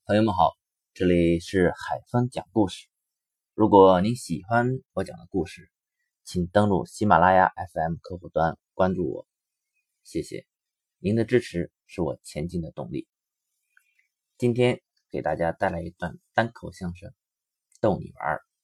朋友们好，这里是海峰讲故事。如果您喜欢我讲的故事，请登录喜马拉雅 FM 客户端关注我，谢谢您的支持，是我前进的动力。今天给大家带来一段单口相声，逗你玩儿。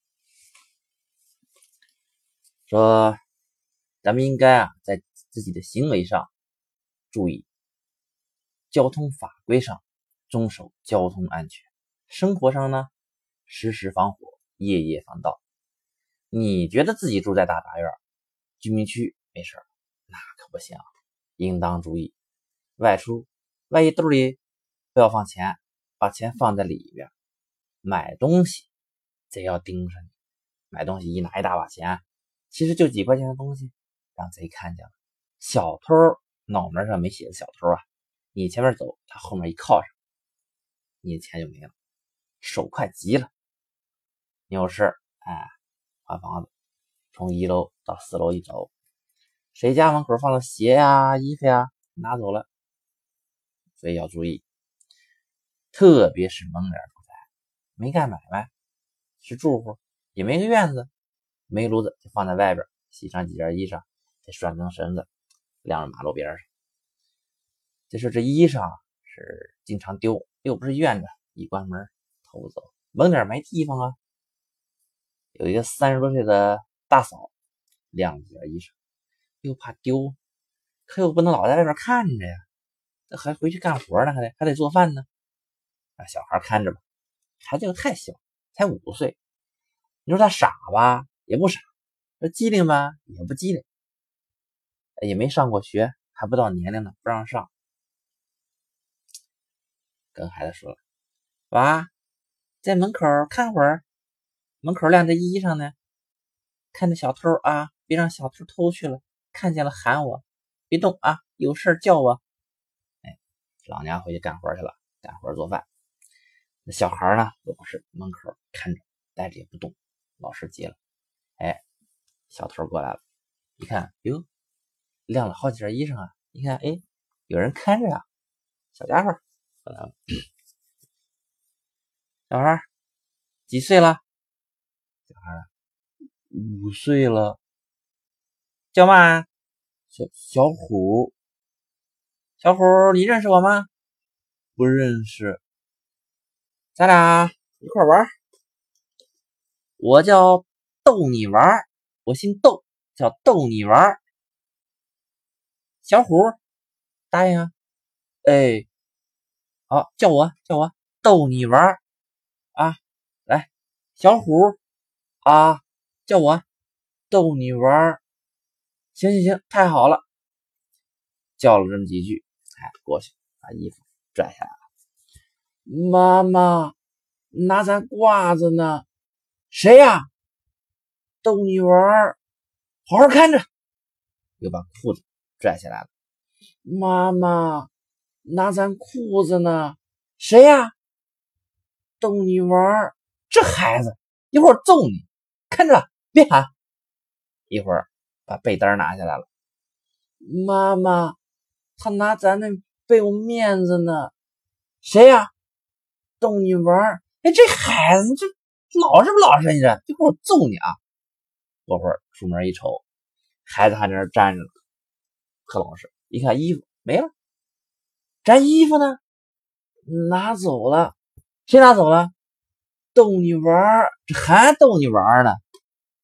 说咱们应该在自己的行为上注意交通法规上遵守交通安全，生活上呢时时防火，夜夜防盗。你觉得自己住在大杂院居民区没事，那可不行，应当注意外出万一兜里不要放钱，把钱放在里边。买东西贼要盯着你，买东西一拿一大把钱，其实就几块钱的东西让贼看见了，小偷脑门上没写的小偷啊，你前面走他后面一靠上，你的钱就没了，手快极了。你有事换房子，从1楼到4楼一走，谁家门口放的鞋呀衣服呀拿走了，所以要注意。特别是蒙脸住宅，没干买卖，是住户，也没个院子，煤炉子就放在外边，洗上几件衣裳，再拴根绳子晾着马路边上。就说这衣裳是经常丢，又不是院子，一关门偷走，蒙点没地方啊。有一个30多岁的大嫂晾了几件衣裳，又怕丢，可又不能老在外边看着呀，还回去干活呢，还得做饭呢，让小孩看着吧。孩子又太小，才5岁，你说他傻吧也不傻，说机灵吧也不机灵，也没上过学，还不到年龄呢，不让上。跟孩子说了，娃在门口看会儿，门口晾着衣裳呢，看着小偷啊，别让小偷偷去了，看见了喊我，别动啊，有事叫我。老娘回去干活去了，干活做饭。那小孩呢，老是门口看着，待着也不动，老师急了。小偷过来了，一看，哟，晾了好几件衣裳啊，一看，有人看着呀，小家伙过来了。小孩几岁了？小孩5岁了。叫嘛？小虎。小虎，你认识我吗？不认识。咱俩一块玩。我叫逗你玩，我姓逗，叫逗你玩。小虎，答应啊。好，叫我逗你玩啊。来，小虎啊，叫我逗你玩。行，太好了。叫了这么几句，过去把衣服拽下来了。妈妈，拿咱褂子呢？谁呀？逗你玩，好好看着。又把裤子拽下来了。妈妈，拿咱裤子呢？谁呀？逗你玩，这孩子一会儿揍你，看着别喊。一会儿把被单拿下来了。妈妈，他拿咱那被窝面子呢？谁呀？逗你玩。这孩子这老实不老实？你这一会儿我揍你啊！过会儿出门一瞅，孩子还在那站着呢，可老实。一看衣服没了，咱衣服呢？拿走了。谁拿走了？逗你玩，这还逗你玩呢？